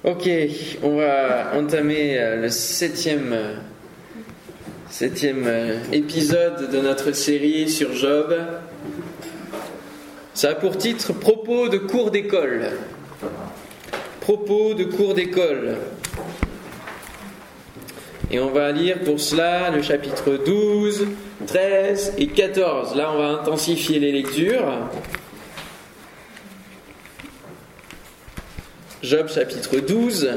Ok, on va entamer le septième épisode de notre série sur Job. Ça a pour titre « Propos de cours d'école ». Propos de cours d'école. Et on va lire pour cela le chapitre 12, 13 et 14. Là, on va intensifier les lectures. Job chapitre 12.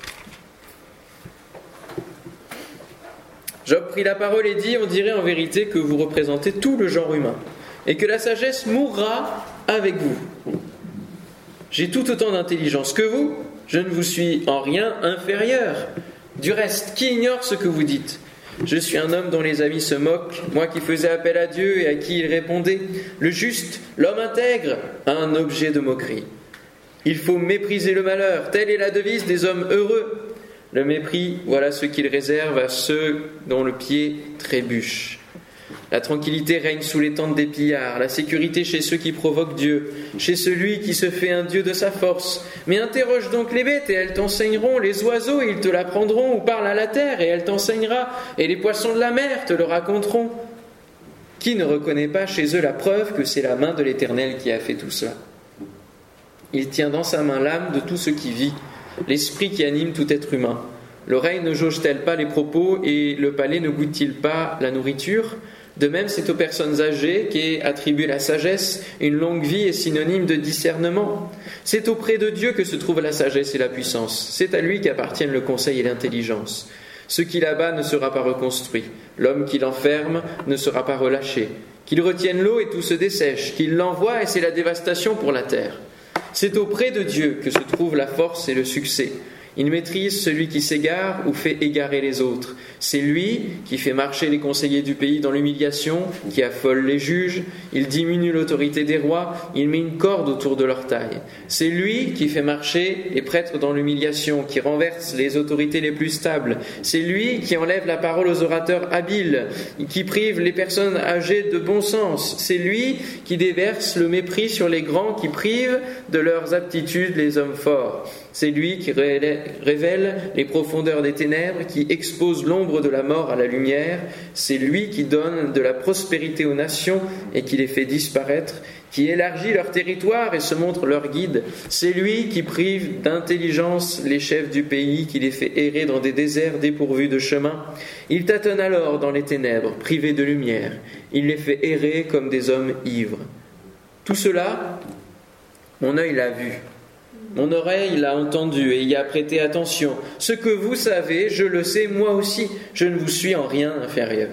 Job prit la parole et dit : on dirait en vérité que vous représentez tout le genre humain et que la sagesse mourra avec vous. J'ai tout autant d'intelligence que vous, je ne vous suis en rien inférieur. Du reste, qui ignore ce que vous dites ? Je suis un homme dont les amis se moquent, moi qui faisais appel à Dieu et à qui il répondait. Le juste, l'homme intègre, un objet de moquerie. Il faut mépriser le malheur, telle est la devise des hommes heureux. Le mépris, voilà ce qu'il réserve à ceux dont le pied trébuche. La tranquillité règne sous les tentes des pillards, la sécurité chez ceux qui provoquent Dieu, chez celui qui se fait un Dieu de sa force. Mais interroge donc les bêtes et elles t'enseigneront, les oiseaux ils te l'apprendront, ou parle à la terre et elle t'enseignera, et les poissons de la mer te le raconteront. Qui ne reconnaît pas chez eux la preuve que c'est la main de l'Éternel qui a fait tout cela ? Il tient dans sa main l'âme de tout ce qui vit, l'esprit qui anime tout être humain. L'oreille ne jauge-t-elle pas les propos et le palais ne goûte-t-il pas la nourriture ? De même, c'est aux personnes âgées qu'est attribuée la sagesse. Une longue vie est synonyme de discernement. C'est auprès de Dieu que se trouve la sagesse et la puissance. C'est à lui qu'appartiennent le conseil et l'intelligence. Ce qui l'abat ne sera pas reconstruit. L'homme qui l'enferme ne sera pas relâché. Qu'il retienne l'eau et tout se dessèche. Qu'il l'envoie et c'est la dévastation pour la terre. C'est auprès de Dieu que se trouve la force et le succès. Il maîtrise celui qui s'égare ou fait égarer les autres. C'est lui qui fait marcher les conseillers du pays dans l'humiliation, qui affole les juges. Il diminue l'autorité des rois, il met une corde autour de leur taille. C'est lui qui fait marcher les prêtres dans l'humiliation, qui renverse les autorités les plus stables. C'est lui qui enlève la parole aux orateurs habiles, qui prive les personnes âgées de bon sens. C'est lui qui déverse le mépris sur les grands, qui prive de leurs aptitudes les hommes forts. C'est lui qui révèle les profondeurs des ténèbres, qui expose l'ombre de la mort à la lumière. C'est lui qui donne de la prospérité aux nations et qui les fait disparaître, qui élargit leur territoire et se montre leur guide. C'est lui qui prive d'intelligence les chefs du pays, qui les fait errer dans des déserts dépourvus de chemin. Il tâtonne alors dans les ténèbres, privés de lumière. Il les fait errer comme des hommes ivres. Tout cela, mon œil l'a vu. Mon oreille l'a entendu et y a prêté attention. Ce que vous savez, je le sais, moi aussi, je ne vous suis en rien inférieur.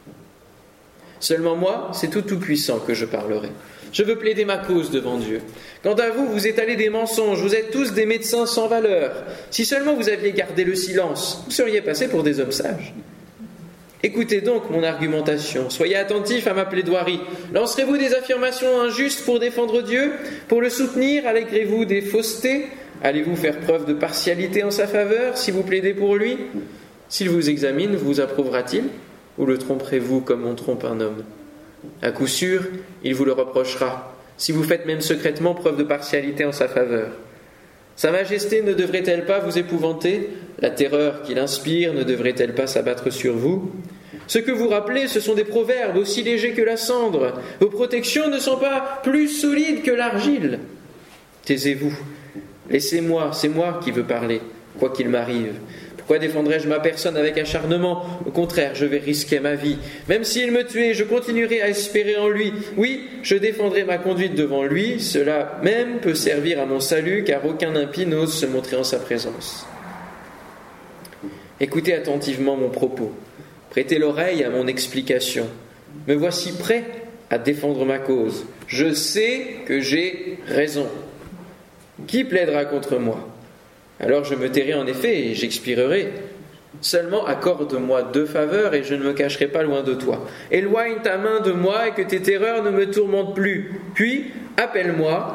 Seulement moi, c'est au Tout-Puissant que je parlerai. Je veux plaider ma cause devant Dieu. Quant à vous, vous étalez des mensonges, vous êtes tous des médecins sans valeur. Si seulement vous aviez gardé le silence, vous seriez passés pour des hommes sages. Écoutez donc mon argumentation, soyez attentifs à ma plaidoirie. Lancerez-vous des affirmations injustes pour défendre Dieu ? Pour le soutenir, allégrez-vous des faussetés ? Allez-vous faire preuve de partialité en sa faveur si vous plaidez pour lui ? S'il vous examine, vous approuvera-t-il ? Ou le tromperez-vous comme on trompe un homme ? À coup sûr, il vous le reprochera, si vous faites même secrètement preuve de partialité en sa faveur. Sa majesté ne devrait-elle pas vous épouvanter ? La terreur qu'il inspire ne devrait-elle pas s'abattre sur vous ? Ce que vous rappelez, ce sont des proverbes aussi légers que la cendre. Vos protections ne sont pas plus solides que l'argile. Taisez-vous. Laissez-moi, c'est moi qui veux parler, quoi qu'il m'arrive. Pourquoi défendrais-je ma personne avec acharnement ? Au contraire, je vais risquer ma vie. Même s'il me tuait, je continuerai à espérer en lui. Oui, je défendrai ma conduite devant lui. Cela même peut servir à mon salut, car aucun impie n'ose se montrer en sa présence. Écoutez attentivement mon propos. Prêtez l'oreille à mon explication. Me voici prêt à défendre ma cause. Je sais que j'ai raison. Qui plaidera contre moi ? Alors je me tairai en effet et j'expirerai. Seulement accorde-moi 2 faveurs et je ne me cacherai pas loin de toi. Éloigne ta main de moi et que tes terreurs ne me tourmentent plus. Puis appelle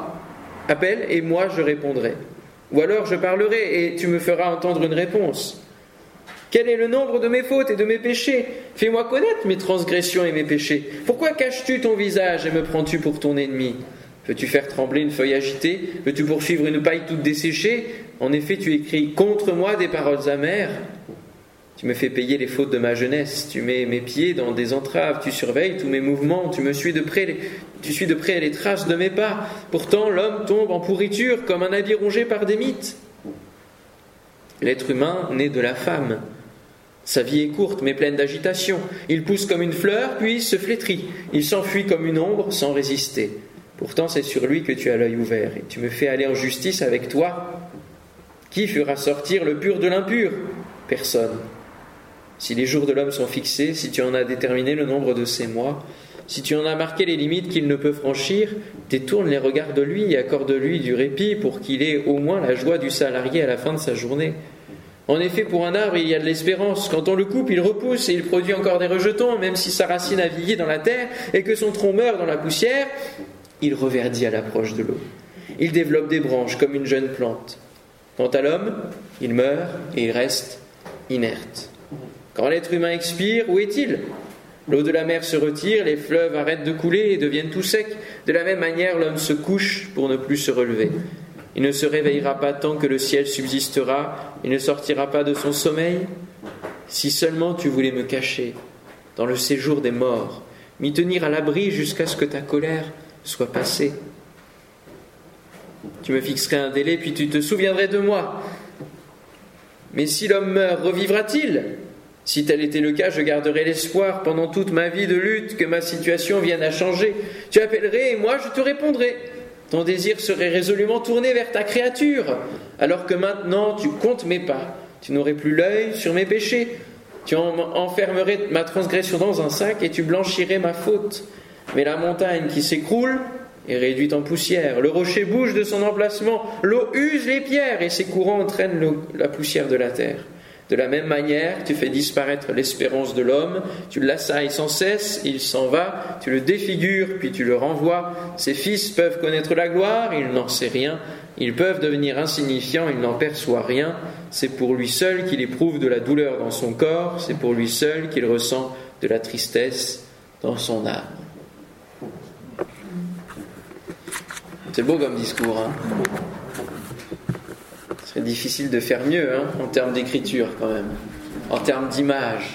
et moi je répondrai. Ou alors je parlerai et tu me feras entendre une réponse. Quel est le nombre de mes fautes et de mes péchés ? Fais-moi connaître mes transgressions et mes péchés. Pourquoi caches-tu ton visage et me prends-tu pour ton ennemi ? Veux-tu faire trembler une feuille agitée ? Veux-tu poursuivre une paille toute desséchée ? En effet, tu écris contre moi des paroles amères. Tu me fais payer les fautes de ma jeunesse. Tu mets mes pieds dans des entraves. Tu surveilles tous mes mouvements. Tu suis de près les traces de mes pas. Pourtant, l'homme tombe en pourriture comme un habit rongé par des mythes. L'être humain naît de la femme. Sa vie est courte mais pleine d'agitation. Il pousse comme une fleur, puis se flétrit. Il s'enfuit comme une ombre sans résister. Pourtant, c'est sur lui que tu as l'œil ouvert. Et tu me fais aller en justice avec toi. Qui fera sortir le pur de l'impur ? Personne. Si les jours de l'homme sont fixés, si tu en as déterminé le nombre de ses mois, si tu en as marqué les limites qu'il ne peut franchir, détourne les regards de lui et accorde-lui du répit pour qu'il ait au moins la joie du salarié à la fin de sa journée. En effet, pour un arbre, il y a de l'espérance. Quand on le coupe, il repousse et il produit encore des rejetons, même si sa racine a vieilli dans la terre et que son tronc meurt dans la poussière, il reverdit à l'approche de l'eau. Il développe des branches comme une jeune plante. Quant à l'homme, il meurt et il reste inerte. Quand l'être humain expire, où est-il ? L'eau de la mer se retire, les fleuves arrêtent de couler et deviennent tout secs. De la même manière, l'homme se couche pour ne plus se relever. Il ne se réveillera pas tant que le ciel subsistera, il ne sortira pas de son sommeil. Si seulement tu voulais me cacher dans le séjour des morts, m'y tenir à l'abri jusqu'à ce que ta colère soit passée. Tu me fixerais un délai, puis tu te souviendrais de moi. Mais si l'homme meurt, revivra-t-il ? Si tel était le cas, je garderai l'espoir pendant toute ma vie de lutte que ma situation vienne à changer. Tu appellerais et moi je te répondrai. Ton désir serait résolument tourné vers ta créature, alors que maintenant tu comptes mes pas. Tu n'aurais plus l'œil sur mes péchés. Tu enfermerais ma transgression dans un sac et tu blanchirais ma faute. Mais la montagne qui s'écroule est réduite en poussière. Le rocher bouge de son emplacement. L'eau use les pierres et ses courants entraînent la poussière de la terre. De la même manière, tu fais disparaître l'espérance de l'homme, tu l'assailles sans cesse, il s'en va, tu le défigures, puis tu le renvoies. Ses fils peuvent connaître la gloire, il n'en sait rien. Ils peuvent devenir insignifiants, il n'en perçoit rien. C'est pour lui seul qu'il éprouve de la douleur dans son corps, c'est pour lui seul qu'il ressent de la tristesse dans son âme. C'est beau comme discours, hein ? C'est difficile de faire mieux, hein, en termes d'écriture quand même, en termes d'image.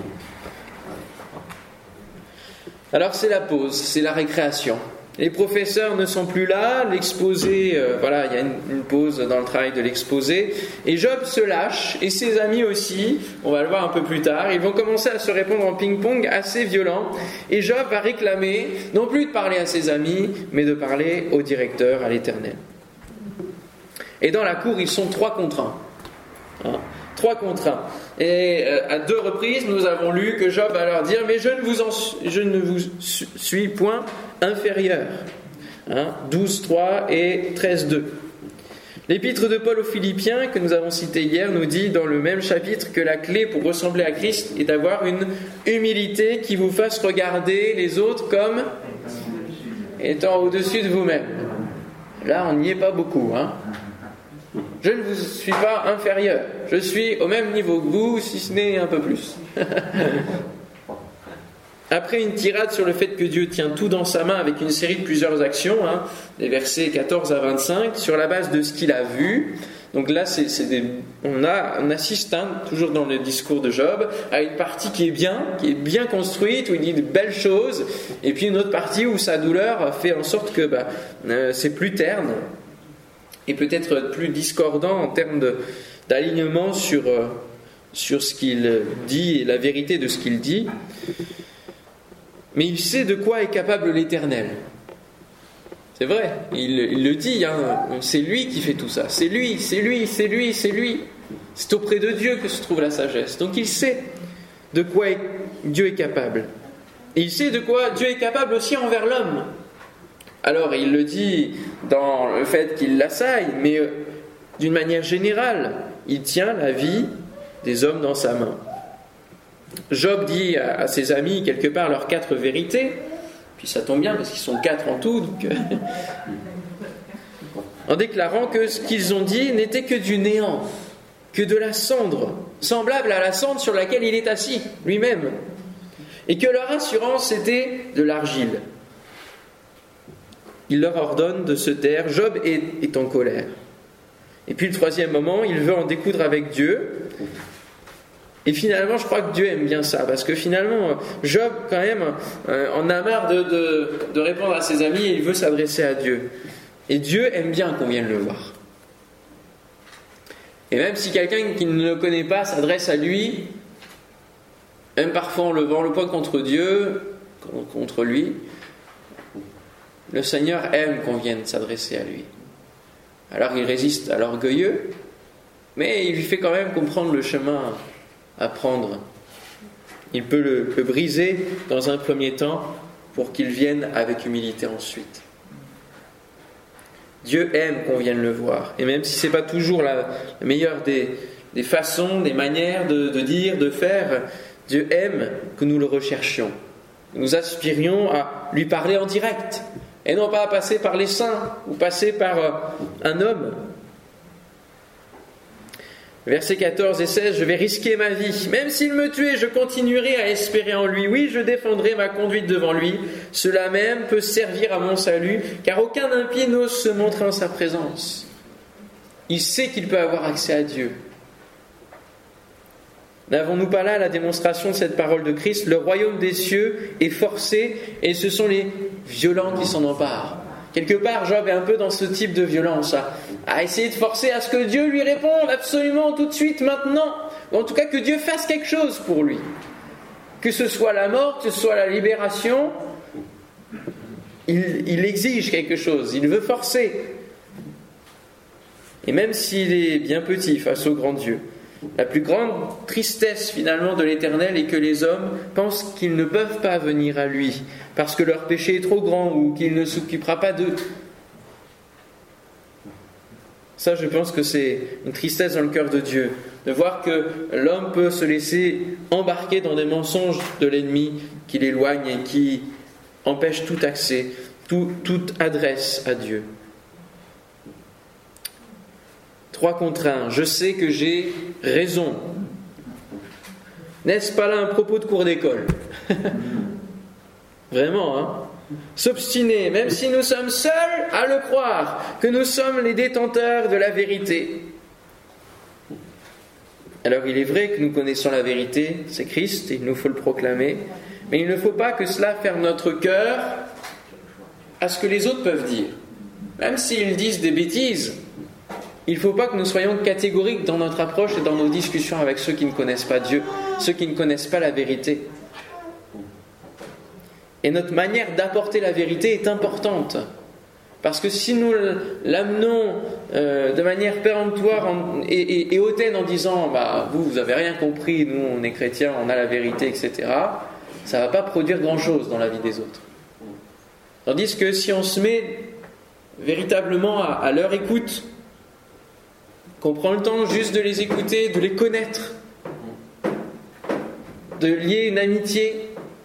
Alors c'est la pause, c'est la récréation. Les professeurs ne sont plus là, l'exposé, il y a une pause dans le travail de l'exposé, et Job se lâche, et ses amis aussi, on va le voir un peu plus tard, ils vont commencer à se répondre en ping-pong assez violent, et Job va réclamer, non plus de parler à ses amis, mais de parler au directeur, à l'Éternel. Et dans la cour, ils sont 3 contre 1. 3 contre 1. Et à 2 reprises, nous avons lu que Job va leur dire « Mais je ne vous suis point inférieur. » 12.3 et 13.2. L'épître de Paul aux Philippiens, que nous avons cité hier, nous dit dans le même chapitre que la clé pour ressembler à Christ est d'avoir une humilité qui vous fasse regarder les autres comme étant au-dessus de vous-même. Là, on n'y est pas beaucoup, hein. Je ne vous suis pas inférieur. Je suis au même niveau que vous, si ce n'est un peu plus. Après une tirade sur le fait que Dieu tient tout dans sa main avec une série de plusieurs actions, les versets 14 à 25, sur la base de ce qu'il a vu. Donc là, on assiste, toujours dans le discours de Job, à une partie qui est bien construite, où il dit de belles choses, et puis une autre partie où sa douleur fait en sorte que c'est plus terne, et peut-être plus discordant en termes d'alignement sur ce qu'il dit et la vérité de ce qu'il dit. Mais il sait de quoi est capable l'Éternel. C'est vrai, il le dit, c'est lui qui fait tout ça. C'est lui. C'est auprès de Dieu que se trouve la sagesse. Donc il sait de quoi Dieu est capable. Et il sait de quoi Dieu est capable aussi envers l'homme. Alors il le dit dans le fait qu'il l'assaille, mais d'une manière générale, il tient la vie des hommes dans sa main. Job dit à ses amis quelque part leurs 4 vérités, puis ça tombe bien parce qu'ils sont 4 en tout, donc en déclarant que ce qu'ils ont dit n'était que du néant, que de la cendre, semblable à la cendre sur laquelle il est assis lui-même, et que leur assurance était de l'argile. Il leur ordonne de se taire. Job est en colère. Et puis le troisième moment, il veut en découdre avec Dieu. Et finalement, je crois que Dieu aime bien ça, parce que finalement, Job, quand même, en a marre de répondre à ses amis et il veut s'adresser à Dieu. Et Dieu aime bien qu'on vienne le voir. Et même si quelqu'un qui ne le connaît pas s'adresse à lui, même parfois en levant le poing contre Dieu, contre lui, le Seigneur aime qu'on vienne s'adresser à lui. Alors il résiste à l'orgueilleux, mais il lui fait quand même comprendre le chemin à prendre. Il peut le briser dans un premier temps pour qu'il vienne avec humilité ensuite. Dieu aime qu'on vienne le voir. Et même si ce n'est pas toujours la meilleure des façons, des manières de dire, de faire, Dieu aime que nous le recherchions. Nous aspirions à lui parler en direct, et non pas à passer par les saints ou passer par un homme. Versets 14 et 16, je vais risquer ma vie. Même s'il me tuait, je continuerai à espérer en lui. Oui, je défendrai ma conduite devant lui. Cela même peut servir à mon salut, car aucun impie n'ose se montrer en sa présence. Il sait qu'il peut avoir accès à Dieu. N'avons-nous pas là la démonstration de cette parole de Christ? Le royaume des cieux est forcé et ce sont les violents qui s'en emparent. Quelque part, Job est un peu dans ce type de violence, à essayer de forcer à ce que Dieu lui réponde absolument tout de suite, maintenant. Ou en tout cas, que Dieu fasse quelque chose pour lui. Que ce soit la mort, que ce soit la libération, il exige quelque chose, il veut forcer. Et même s'il est bien petit face au grand Dieu, la plus grande tristesse finalement de l'Éternel est que les hommes pensent qu'ils ne peuvent pas venir à lui parce que leur péché est trop grand ou qu'il ne s'occupera pas d'eux. Ça, je pense que c'est une tristesse dans le cœur de Dieu, de voir que l'homme peut se laisser embarquer dans des mensonges de l'ennemi qui l'éloignent et qui empêchent tout accès, toute adresse à Dieu. 3 contre 1. Je sais que j'ai raison. N'est-ce pas là un propos de cours d'école? Vraiment, hein? S'obstiner, même si nous sommes seuls à le croire, que nous sommes les détenteurs de la vérité. Alors il est vrai que nous connaissons la vérité, c'est Christ, et il nous faut le proclamer, mais il ne faut pas que cela ferme notre cœur à ce que les autres peuvent dire. Même s'ils disent des bêtises, il ne faut pas que nous soyons catégoriques dans notre approche et dans nos discussions avec ceux qui ne connaissent pas Dieu, ceux qui ne connaissent pas la vérité. Et notre manière d'apporter la vérité est importante. Parce que si nous l'amenons de manière péremptoire et hautaine en disant « vous n'avez rien compris, nous on est chrétiens, on a la vérité, etc. », ça ne va pas produire grand-chose dans la vie des autres. Tandis que si on se met véritablement à leur écoute, qu'on prend le temps juste de les écouter, de les connaître, de lier une amitié,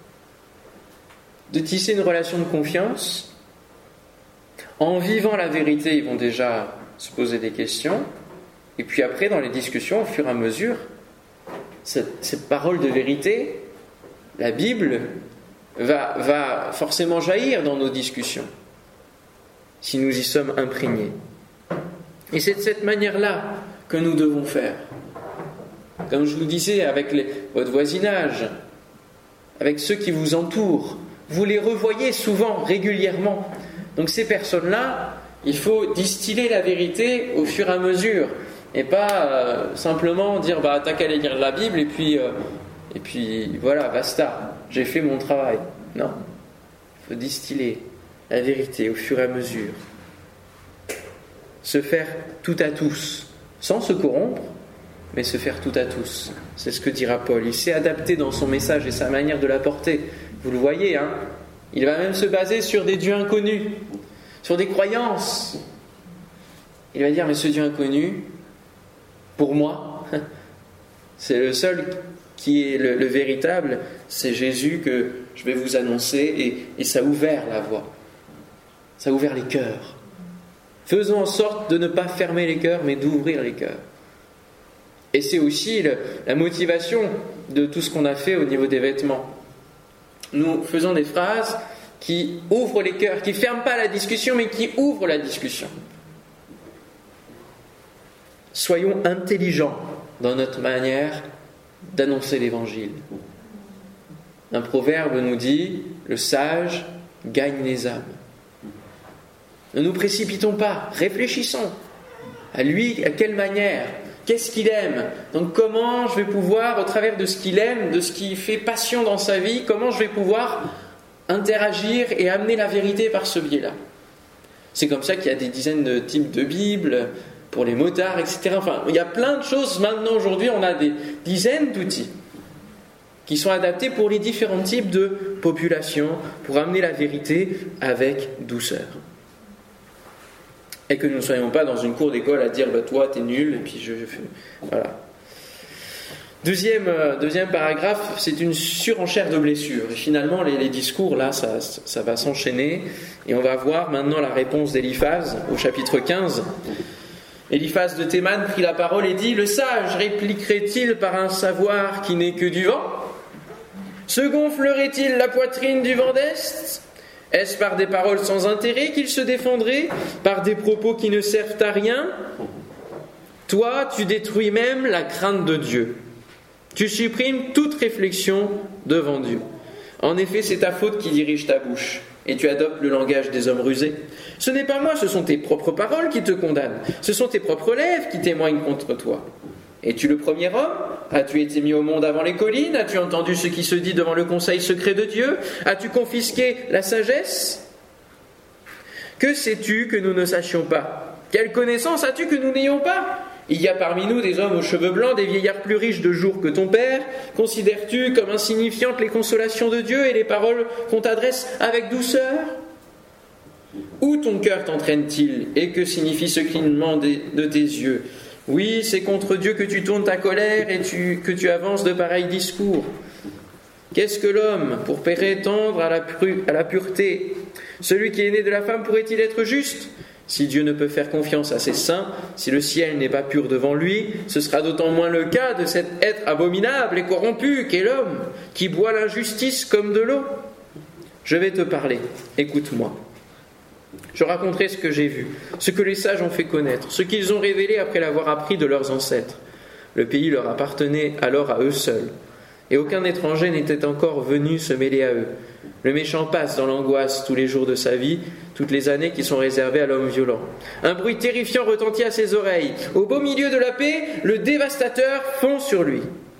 de tisser une relation de confiance, en vivant la vérité, ils vont déjà se poser des questions, et puis après, dans les discussions, au fur et à mesure, cette parole de vérité, la Bible, va forcément jaillir dans nos discussions, si nous y sommes imprégnés. Et c'est de cette manière-là que nous devons faire. Comme je vous disais, avec votre voisinage, avec ceux qui vous entourent, vous les revoyez souvent, régulièrement. Donc ces personnes-là, il faut distiller la vérité au fur et à mesure, et pas simplement dire t'as qu'à aller lire la Bible et puis voilà, basta, j'ai fait mon travail. Non, il faut distiller la vérité au fur et à mesure. Se faire tout à tous, sans se corrompre, mais se faire tout à tous. C'est ce que dira Paul. Il s'est adapté dans son message et sa manière de l'apporter. Vous le voyez, hein? Il va même se baser sur des dieux inconnus, sur des croyances. Il va dire, mais ce Dieu inconnu, pour moi, c'est le seul qui est le véritable, c'est Jésus que je vais vous annoncer, et ça a ouvert la voie. Ça a ouvert les cœurs. Faisons en sorte de ne pas fermer les cœurs, mais d'ouvrir les cœurs. Et c'est aussi la motivation de tout ce qu'on a fait au niveau des vêtements. Nous faisons des phrases qui ouvrent les cœurs, qui ne ferment pas la discussion, mais qui ouvrent la discussion. Soyons intelligents dans notre manière d'annoncer l'Évangile. Un proverbe nous dit « Le sage gagne les âmes ». Ne nous précipitons pas, réfléchissons. À lui, à quelle manière ? Qu'est-ce qu'il aime ? Donc comment je vais pouvoir, au travers de ce qu'il aime, de ce qui fait passion dans sa vie, comment je vais pouvoir interagir et amener la vérité par ce biais-là ? C'est comme ça qu'il y a des dizaines de types de Bibles, pour les motards, etc. Enfin, il y a plein de choses maintenant, aujourd'hui, on a des dizaines d'outils qui sont adaptés pour les différents types de populations, pour amener la vérité avec douceur. Et que nous ne soyons pas dans une cour d'école à dire toi t'es nul et puis je fais. Voilà. Deuxième paragraphe, c'est une surenchère de blessures. Et finalement, les discours là, ça va s'enchaîner. Et on va voir maintenant la réponse d'Éliphaz au chapitre 15. Éliphaz de Théman prit la parole et dit : Le sage répliquerait-il par un savoir qui n'est que du vent ? Se gonflerait-il la poitrine du vent d'Est ? Est-ce par des paroles sans intérêt qu'il se défendrait ? Par des propos qui ne servent à rien ? Toi, tu détruis même la crainte de Dieu. Tu supprimes toute réflexion devant Dieu. En effet, c'est ta faute qui dirige ta bouche, et tu adoptes le langage des hommes rusés. Ce n'est pas moi, ce sont tes propres paroles qui te condamnent. Ce sont tes propres lèvres qui témoignent contre toi. Es-tu le premier homme ? As-tu été mis au monde avant les collines ? As-tu entendu ce qui se dit devant le conseil secret de Dieu ? As-tu confisqué la sagesse ? Que sais-tu que nous ne sachions pas ? Quelle connaissance as-tu que nous n'ayons pas ? Il y a parmi nous des hommes aux cheveux blancs, des vieillards plus riches de jours que ton père. Considères-tu comme insignifiantes les consolations de Dieu et les paroles qu'on t'adresse avec douceur ? Où ton cœur t'entraîne-t-il ? Et que signifie ce clignement de tes yeux ? Oui, c'est contre Dieu que tu tournes ta colère et que tu avances de pareils discours. Qu'est-ce que l'homme pour prétendre à la pureté ? Celui qui est né de la femme pourrait-il être juste ? Si Dieu ne peut faire confiance à ses saints, si le ciel n'est pas pur devant lui, ce sera d'autant moins le cas de cet être abominable et corrompu qu'est l'homme, qui boit l'injustice comme de l'eau. Je vais te parler, écoute-moi. Je raconterai ce que j'ai vu, ce que les sages ont fait connaître, ce qu'ils ont révélé après l'avoir appris de leurs ancêtres. Le pays leur appartenait alors à eux seuls, et aucun étranger n'était encore venu se mêler à eux. Le méchant passe dans l'angoisse tous les jours de sa vie, toutes les années qui sont réservées à l'homme violent. Un bruit terrifiant retentit à ses oreilles. Au beau milieu de la paix, le dévastateur fond sur lui.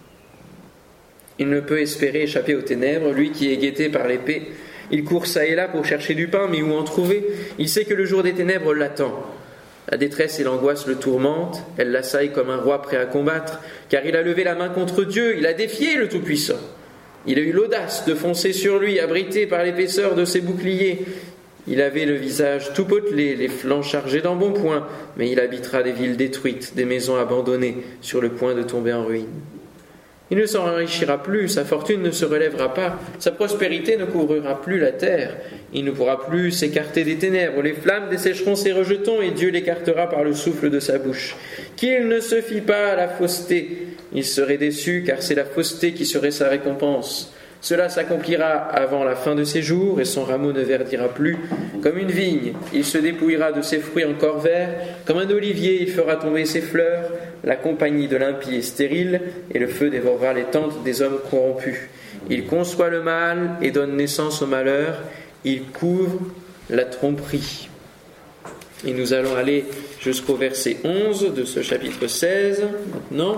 Il ne peut espérer échapper aux ténèbres, lui qui est guetté par l'épée. Il court çà et là pour chercher du pain, mais où en trouver ? Il sait que le jour des ténèbres l'attend. La détresse et l'angoisse le tourmentent, elle l'assaille comme un roi prêt à combattre, car il a levé la main contre Dieu, il a défié le Tout-Puissant. Il a eu l'audace de foncer sur lui, abrité par l'épaisseur de ses boucliers. Il avait le visage tout potelé, les flancs chargés d'embonpoint, mais il habitera des villes détruites, des maisons abandonnées, sur le point de tomber en ruine. Il ne s'enrichira plus, sa fortune ne se relèvera pas, sa prospérité ne couvrira plus la terre. Il ne pourra plus s'écarter des ténèbres, les flammes dessécheront ses rejetons et Dieu l'écartera par le souffle de sa bouche. Qu'il ne se fie pas à la fausseté, il serait déçu car c'est la fausseté qui serait sa récompense. Cela s'accomplira avant la fin de ses jours et son rameau ne verdira plus. Comme une vigne, il se dépouillera de ses fruits encore verts. Comme un olivier, il fera tomber ses fleurs. La compagnie de l'impie est stérile et le feu dévorera les tentes des hommes corrompus. Il conçoit le mal et donne naissance au malheur. Il couvre la tromperie. Et nous allons aller jusqu'au verset 11 de ce chapitre 16 maintenant.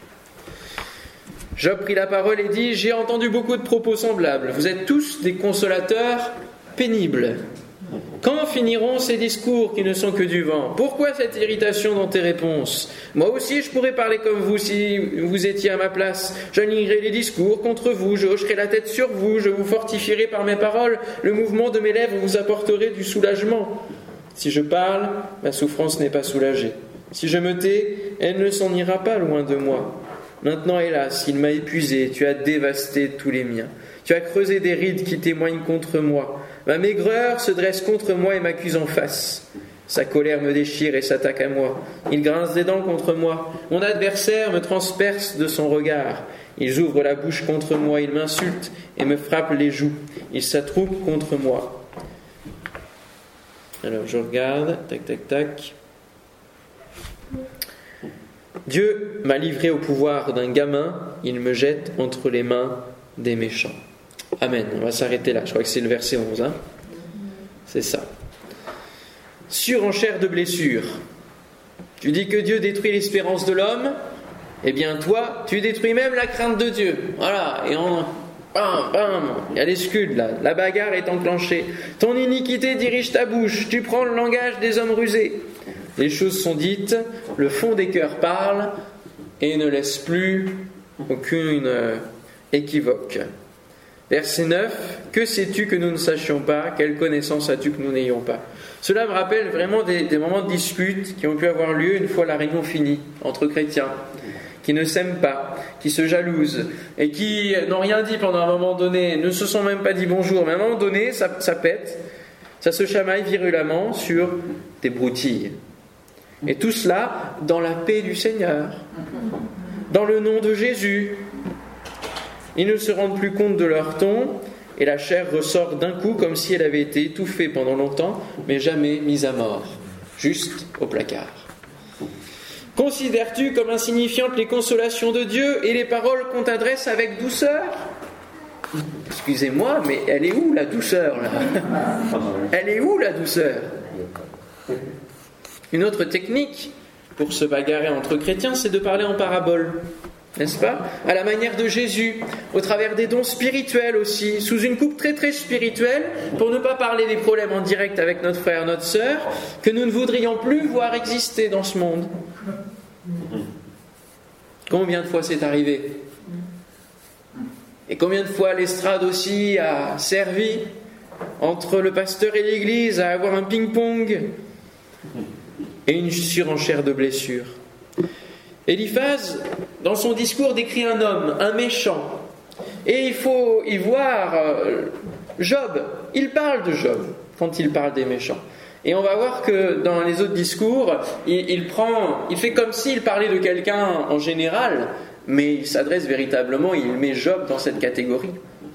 Job prit la parole et dit : J'ai entendu beaucoup de propos semblables. Vous êtes tous des consolateurs pénibles. Quand finiront ces discours qui ne sont que du vent ? Pourquoi cette irritation dans tes réponses ? Moi aussi je pourrais parler comme vous si vous étiez à ma place. J'alignerai les discours contre vous, je hocherai la tête sur vous, je vous fortifierai par mes paroles. Le mouvement de mes lèvres vous apporterait du soulagement. Si je parle, ma souffrance n'est pas soulagée. Si je me tais, elle ne s'en ira pas loin de moi. Maintenant, hélas, il m'a épuisé, tu as dévasté tous les miens. Tu as creusé des rides qui témoignent contre moi. Ma maigreur se dresse contre moi et m'accuse en face. Sa colère me déchire et s'attaque à moi. Il grince des dents contre moi. Mon adversaire me transperce de son regard. Ils ouvrent la bouche contre moi, ils m'insultent et me frappent les joues. Ils s'attroupent contre moi. Alors je regarde, tac, tac, tac. Dieu m'a livré au pouvoir d'un gamin, il me jette entre les mains des méchants. Amen. On va s'arrêter là, je crois que c'est le verset 11. C'est ça. Surenchère de blessures. Tu dis que Dieu détruit l'espérance de l'homme, eh bien toi, tu détruis même la crainte de Dieu. Voilà, et il y a des scuds là, la bagarre est enclenchée. Ton iniquité dirige ta bouche, tu prends le langage des hommes rusés. Les choses sont dites, le fond des cœurs parle et ne laisse plus aucune équivoque. Verset 9, que sais-tu que nous ne sachions pas? Quelle connaissance as-tu que nous n'ayons pas? Cela me rappelle vraiment des moments de dispute qui ont pu avoir lieu une fois la réunion finie entre chrétiens, qui ne s'aiment pas, qui se jalousent et qui n'ont rien dit pendant un moment donné, ne se sont même pas dit bonjour, mais à un moment donné, ça pète, ça se chamaille virulemment sur des broutilles. Et tout cela dans la paix du Seigneur, dans le nom de Jésus. Ils ne se rendent plus compte de leur ton et la chair ressort d'un coup comme si elle avait été étouffée pendant longtemps, mais jamais mise à mort, juste au placard. Considères-tu comme insignifiantes les consolations de Dieu et les paroles qu'on t'adresse avec douceur? Excusez-moi, mais elle est où la douceur là? Elle est où la douceur? Une autre technique pour se bagarrer entre chrétiens, c'est de parler en parabole. N'est-ce pas? À la manière de Jésus, au travers des dons spirituels aussi, sous une coupe très très spirituelle, pour ne pas parler des problèmes en direct avec notre frère, notre sœur, que nous ne voudrions plus voir exister dans ce monde. Combien de fois c'est arrivé? Et combien de fois l'estrade aussi a servi entre le pasteur et l'église à avoir un ping-pong et une surenchère de blessures. Eliphaz, dans son discours, décrit un homme, un méchant. Et il faut y voir Job. Il parle de Job quand il parle des méchants. Et on va voir que dans les autres discours, il fait comme s'il parlait de quelqu'un en général, mais il s'adresse véritablement, il met Job dans cette catégorie.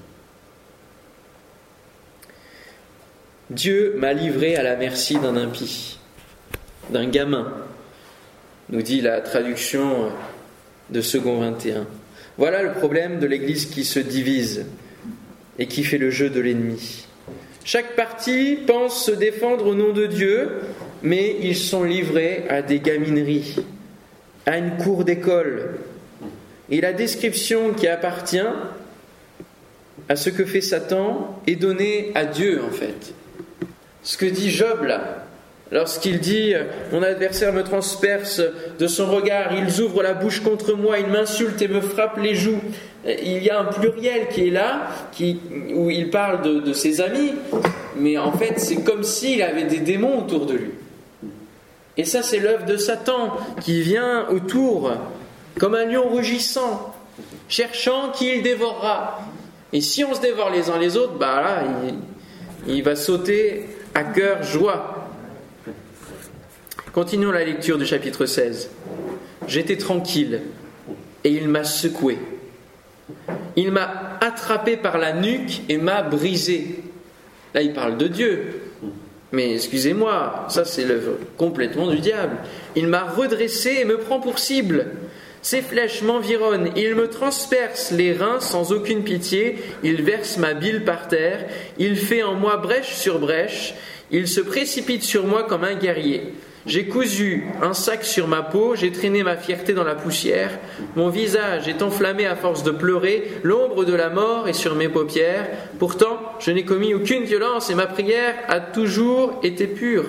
Dieu m'a livré à la merci d'un impie, d'un gamin, nous dit la traduction de Second 21. Voilà le problème de l'Église qui se divise et qui fait le jeu de l'ennemi. Chaque parti pense se défendre au nom de Dieu, mais ils sont livrés à des gamineries, à une cour d'école. Et la description qui appartient à ce que fait Satan est donnée à Dieu en fait. Ce que dit Job là, lorsqu'il dit « Mon adversaire me transperce de son regard, ils ouvrent la bouche contre moi, ils m'insultent et me frappent les joues ». Il y a un pluriel qui est là, où il parle de ses amis, mais en fait c'est comme s'il avait des démons autour de lui. Et ça c'est l'œuvre de Satan qui vient autour comme un lion rugissant, cherchant qui il dévorera. Et si on se dévore les uns les autres, bah là il va sauter à cœur joie. Continuons la lecture du chapitre 16. J'étais tranquille et il m'a secoué. Il m'a attrapé par la nuque et m'a brisé. Là, il parle de Dieu. Mais excusez-moi, ça c'est l'œuvre complètement du diable. Il m'a redressé et me prend pour cible. Ses flèches m'environnent, il me transperce les reins sans aucune pitié, il verse ma bile par terre, il fait en moi brèche sur brèche, il se précipite sur moi comme un guerrier. J'ai cousu un sac sur ma peau, j'ai traîné ma fierté dans la poussière, mon visage est enflammé à force de pleurer, l'ombre de la mort est sur mes paupières, pourtant je n'ai commis aucune violence et ma prière a toujours été pure.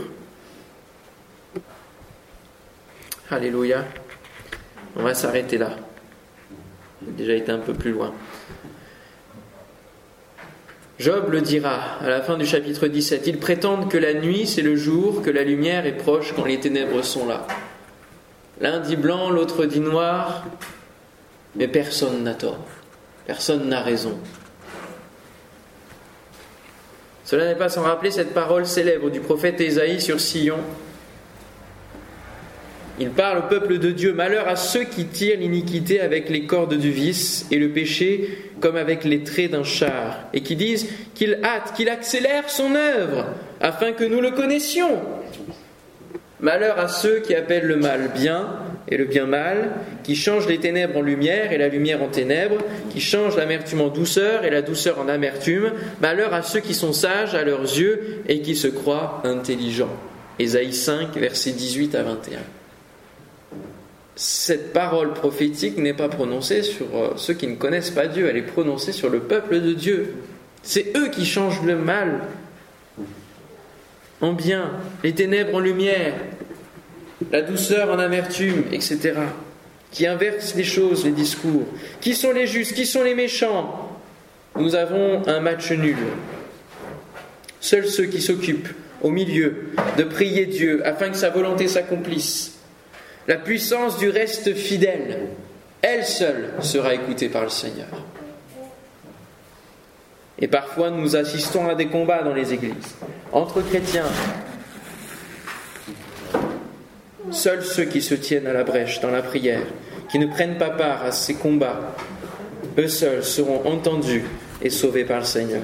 Alléluia. On va s'arrêter là. On a déjà été un peu plus loin. Job le dira à la fin du chapitre 17. Ils prétendent que la nuit c'est le jour, que la lumière est proche quand les ténèbres sont là. L'un dit blanc, l'autre dit noir, mais personne n'a tort. Personne n'a raison. Cela n'est pas sans rappeler cette parole célèbre du prophète Ésaïe sur Sion. Il parle au peuple de Dieu. Malheur à ceux qui tirent l'iniquité avec les cordes du vice et le péché comme avec les traits d'un char, et qui disent qu'il hâte, qu'il accélère son œuvre afin que nous le connaissions. Malheur à ceux qui appellent le mal bien et le bien mal, qui change les ténèbres en lumière et la lumière en ténèbres, qui change l'amertume en douceur et la douceur en amertume. Malheur à ceux qui sont sages à leurs yeux et qui se croient intelligents. Ésaïe 5, versets 18 à 21. Cette parole prophétique n'est pas prononcée sur ceux qui ne connaissent pas Dieu, elle est prononcée sur le peuple de Dieu. C'est eux qui changent le mal en bien, les ténèbres en lumière, la douceur en amertume, etc. Qui inversent les choses, les discours. Qui sont les justes? Qui sont les méchants? Nous avons un match nul. Seuls ceux qui s'occupent, au milieu, de prier Dieu afin que sa volonté s'accomplisse. La puissance du reste fidèle, elle seule sera écoutée par le Seigneur. Et parfois nous assistons à des combats dans les églises, entre chrétiens. Seuls ceux qui se tiennent à la brèche dans la prière, qui ne prennent pas part à ces combats, eux seuls seront entendus et sauvés par le Seigneur.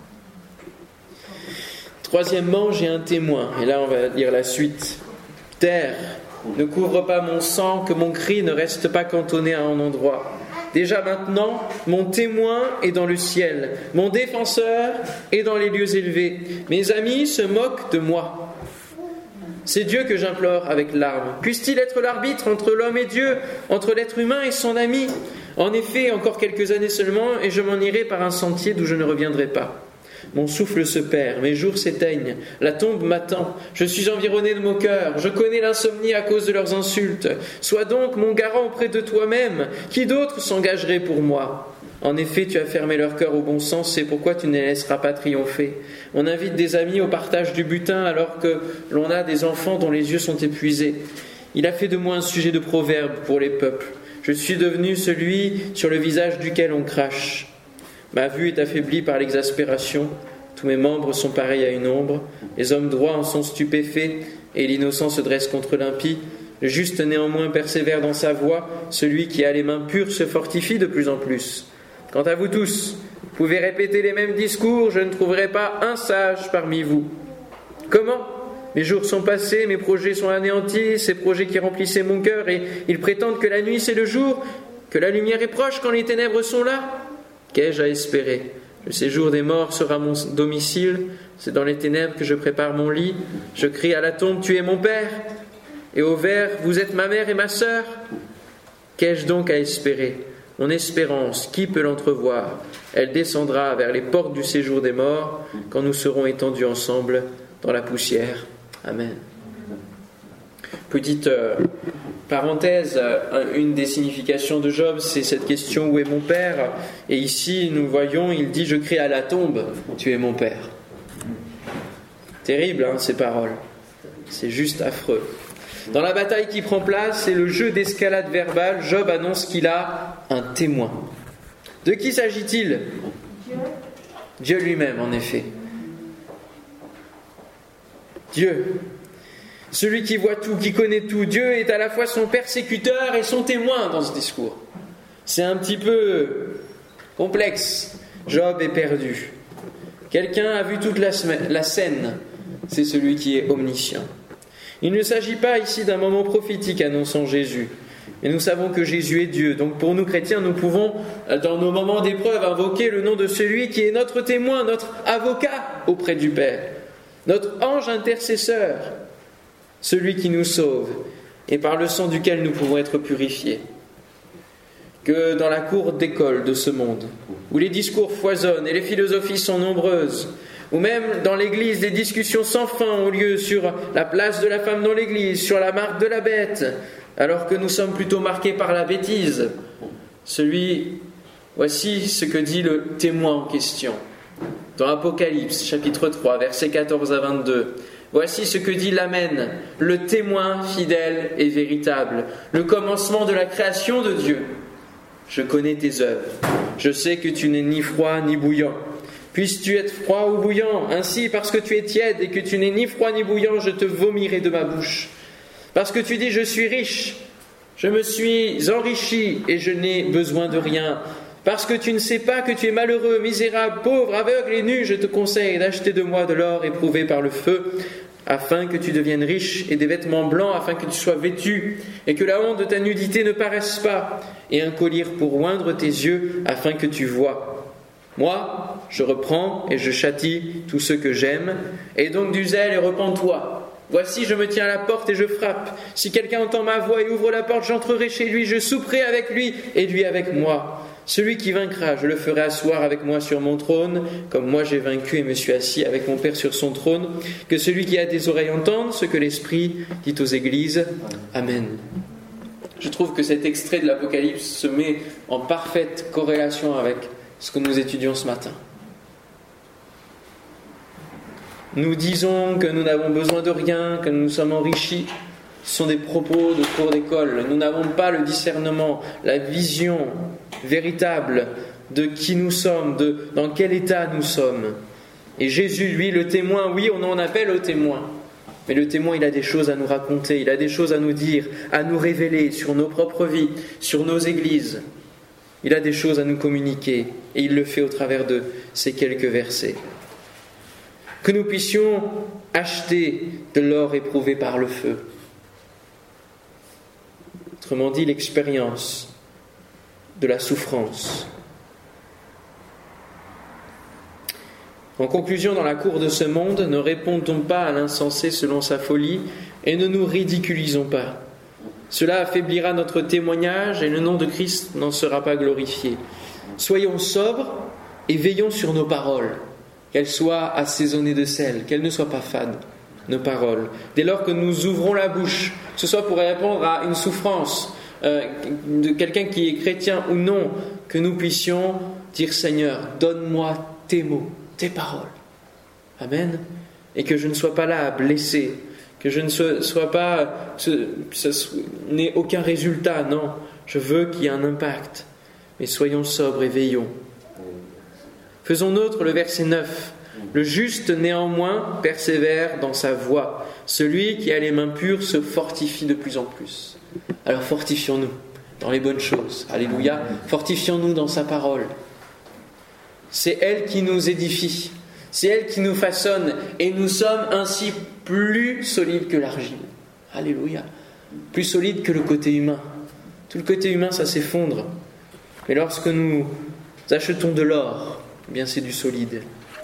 Troisièmement, j'ai un témoin, et là on va lire la suite. Terre, ne couvre pas mon sang, que mon cri ne reste pas cantonné à un endroit. Déjà maintenant, mon témoin est dans le ciel, mon défenseur est dans les lieux élevés. Mes amis se moquent de moi. C'est Dieu que j'implore avec larmes. Puisse-t-il être l'arbitre entre l'homme et Dieu, entre l'être humain et son ami? En effet, encore quelques années seulement, et je m'en irai par un sentier d'où je ne reviendrai pas. Mon souffle se perd, mes jours s'éteignent, la tombe m'attend, je suis environné de moqueurs, je connais l'insomnie à cause de leurs insultes. Sois donc mon garant auprès de toi-même, qui d'autre s'engagerait pour moi? En effet, tu as fermé leur cœur au bon sens, c'est pourquoi tu ne les laisseras pas triompher. On invite des amis au partage du butin alors que l'on a des enfants dont les yeux sont épuisés. Il a fait de moi un sujet de proverbe pour les peuples. Je suis devenu celui sur le visage duquel on crache. Ma vue est affaiblie par l'exaspération, tous mes membres sont pareils à une ombre, les hommes droits en sont stupéfaits, et l'innocent se dresse contre l'impie. Le juste néanmoins persévère dans sa voie, celui qui a les mains pures se fortifie de plus en plus. Quant à vous tous, vous pouvez répéter les mêmes discours, je ne trouverai pas un sage parmi vous. Comment ? Mes jours sont passés, mes projets sont anéantis, ces projets qui remplissaient mon cœur, et ils prétendent que la nuit c'est le jour, que la lumière est proche quand les ténèbres sont là. Qu'ai-je à espérer? Le séjour des morts sera mon domicile, c'est dans les ténèbres que je prépare mon lit. Je crie à la tombe, tu es mon père, et au ver, vous êtes ma mère et ma sœur. Qu'ai-je donc à espérer? Mon espérance, qui peut l'entrevoir? Elle descendra vers les portes du séjour des morts, quand nous serons étendus ensemble dans la poussière. Amen. Petite parenthèse, une des significations de Job, c'est cette question « Où est mon père ?» Et ici, nous voyons, il dit « Je crie à la tombe, tu es mon père ». Terrible, ces paroles. C'est juste affreux. Dans la bataille qui prend place et le jeu d'escalade verbale, Job annonce qu'il a un témoin. De qui s'agit-il ? Dieu lui-même, en effet. Dieu. Celui qui voit tout, qui connaît tout. Dieu est à la fois son persécuteur et son témoin dans ce discours. C'est un petit peu complexe. Job est perdu. Quelqu'un a vu toute la scène. C'est celui qui est omniscient. Il ne s'agit pas ici d'un moment prophétique annonçant Jésus. Mais nous savons que Jésus est Dieu. Donc pour nous chrétiens, nous pouvons, dans nos moments d'épreuve, invoquer le nom de celui qui est notre témoin, notre avocat auprès du Père, notre ange intercesseur, celui qui nous sauve et par le sang duquel nous pouvons être purifiés. Que dans la cour d'école de ce monde, où les discours foisonnent et les philosophies sont nombreuses, ou même dans l'église, des discussions sans fin ont lieu sur la place de la femme dans l'église, sur la marque de la bête, alors que nous sommes plutôt marqués par la bêtise. Voici ce que dit le témoin en question. Dans Apocalypse, chapitre 3, versets 14 à 22. Voici ce que dit l'Amen, le témoin fidèle et véritable, le commencement de la création de Dieu. Je connais tes œuvres. Je sais que tu n'es ni froid ni bouillant. Puisses-tu être froid ou bouillant, ainsi parce que tu es tiède et que tu n'es ni froid ni bouillant, je te vomirai de ma bouche. Parce que tu dis, je suis riche, je me suis enrichi et je n'ai besoin de rien. Parce que tu ne sais pas que tu es malheureux, misérable, pauvre, aveugle et nu, je te conseille d'acheter de moi de l'or éprouvé par le feu, afin que tu deviennes riche, et des vêtements blancs, afin que tu sois vêtu, et que la honte de ta nudité ne paraisse pas, et un collier pour oindre tes yeux, afin que tu vois. Moi, je reprends et je châtie tous ceux que j'aime, et donc du zèle et repens-toi. Voici, je me tiens à la porte et je frappe. Si quelqu'un entend ma voix et ouvre la porte, j'entrerai chez lui, je souperai avec lui, et lui avec moi. Celui qui vaincra, je le ferai asseoir avec moi sur mon trône, comme moi j'ai vaincu et me suis assis avec mon Père sur son trône. Que celui qui a des oreilles entende ce que l'Esprit dit aux églises. Amen. Je trouve que cet extrait de l'Apocalypse se met en parfaite corrélation avec ce que nous étudions ce matin. Nous disons que nous n'avons besoin de rien, que nous sommes enrichis. Ce sont des propos de cours d'école. Nous n'avons pas le discernement, la vision véritable de qui nous sommes, dans quel état nous sommes. Et Jésus, lui, le témoin, oui, on en appelle au témoin. Mais le témoin, il a des choses à nous raconter, il a des choses à nous dire, à nous révéler sur nos propres vies, sur nos églises. Il a des choses à nous communiquer, et il le fait au travers de ces quelques versets. Que nous puissions acheter de l'or éprouvé par le feu. Autrement dit, l'expérience de la souffrance. En conclusion, dans la cour de ce monde, ne répondons pas à l'insensé selon sa folie et ne nous ridiculisons pas. Cela affaiblira notre témoignage et le nom de Christ n'en sera pas glorifié. Soyons sobres et veillons sur nos paroles, qu'elles soient assaisonnées de sel, qu'elles ne soient pas fades, nos paroles. Dès lors que nous ouvrons la bouche, que ce soit pour répondre à une souffrance de quelqu'un qui est chrétien ou non, que nous puissions dire Seigneur, donne-moi tes mots, tes paroles. Amen. Et que je ne sois pas là à blesser, que je ne sois pas, n'ait aucun résultat, non. Je veux qu'il y ait un impact. Mais soyons sobres et veillons. Faisons nôtre le verset 9. Le juste néanmoins persévère dans sa voie. Celui qui a les mains pures se fortifie de plus en plus. Alors fortifions-nous dans les bonnes choses. Alléluia. Fortifions-nous dans sa parole. C'est elle qui nous édifie. C'est elle qui nous façonne. Et nous sommes ainsi plus solides que l'argile. Alléluia. Plus solides que le côté humain. Tout le côté humain, ça s'effondre. Mais lorsque nous achetons de l'or, eh bien c'est du solide.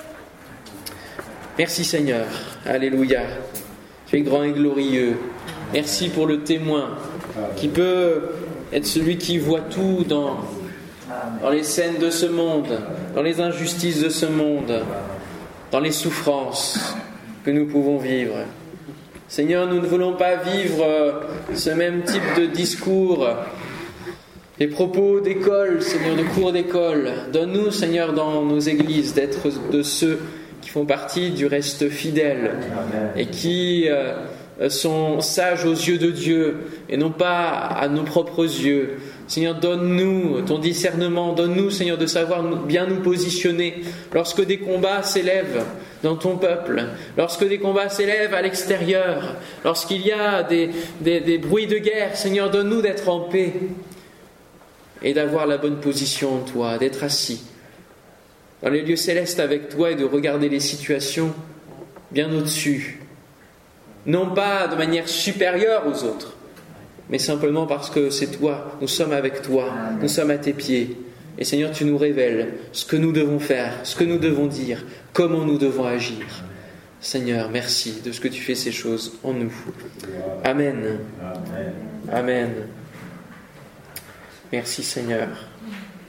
Merci Seigneur. Alléluia. Tu es grand et glorieux. Merci pour le témoin qui peut être celui qui voit tout dans les scènes de ce monde, dans les injustices de ce monde, dans les souffrances que nous pouvons vivre. Seigneur, nous ne voulons pas vivre ce même type de discours, les propos d'école, Seigneur, de cours d'école. Donne-nous, Seigneur, dans nos églises, d'être de ceux qui font partie du reste fidèle et qui sont sages aux yeux de Dieu et non pas à nos propres yeux. Seigneur, donne-nous ton discernement, donne-nous, Seigneur, de savoir bien nous positionner lorsque des combats s'élèvent dans ton peuple, lorsque des combats s'élèvent à l'extérieur, lorsqu'il y a des bruits de guerre. Seigneur, donne-nous d'être en paix et d'avoir la bonne position en toi, d'être assis dans les lieux célestes avec toi et de regarder les situations bien au-dessus. Non pas de manière supérieure aux autres, mais simplement parce que c'est toi, nous sommes avec toi, nous sommes à tes pieds. Et Seigneur, tu nous révèles ce que nous devons faire, ce que nous devons dire, comment nous devons agir. Seigneur, merci de ce que tu fais ces choses en nous. Amen. Amen. Merci Seigneur.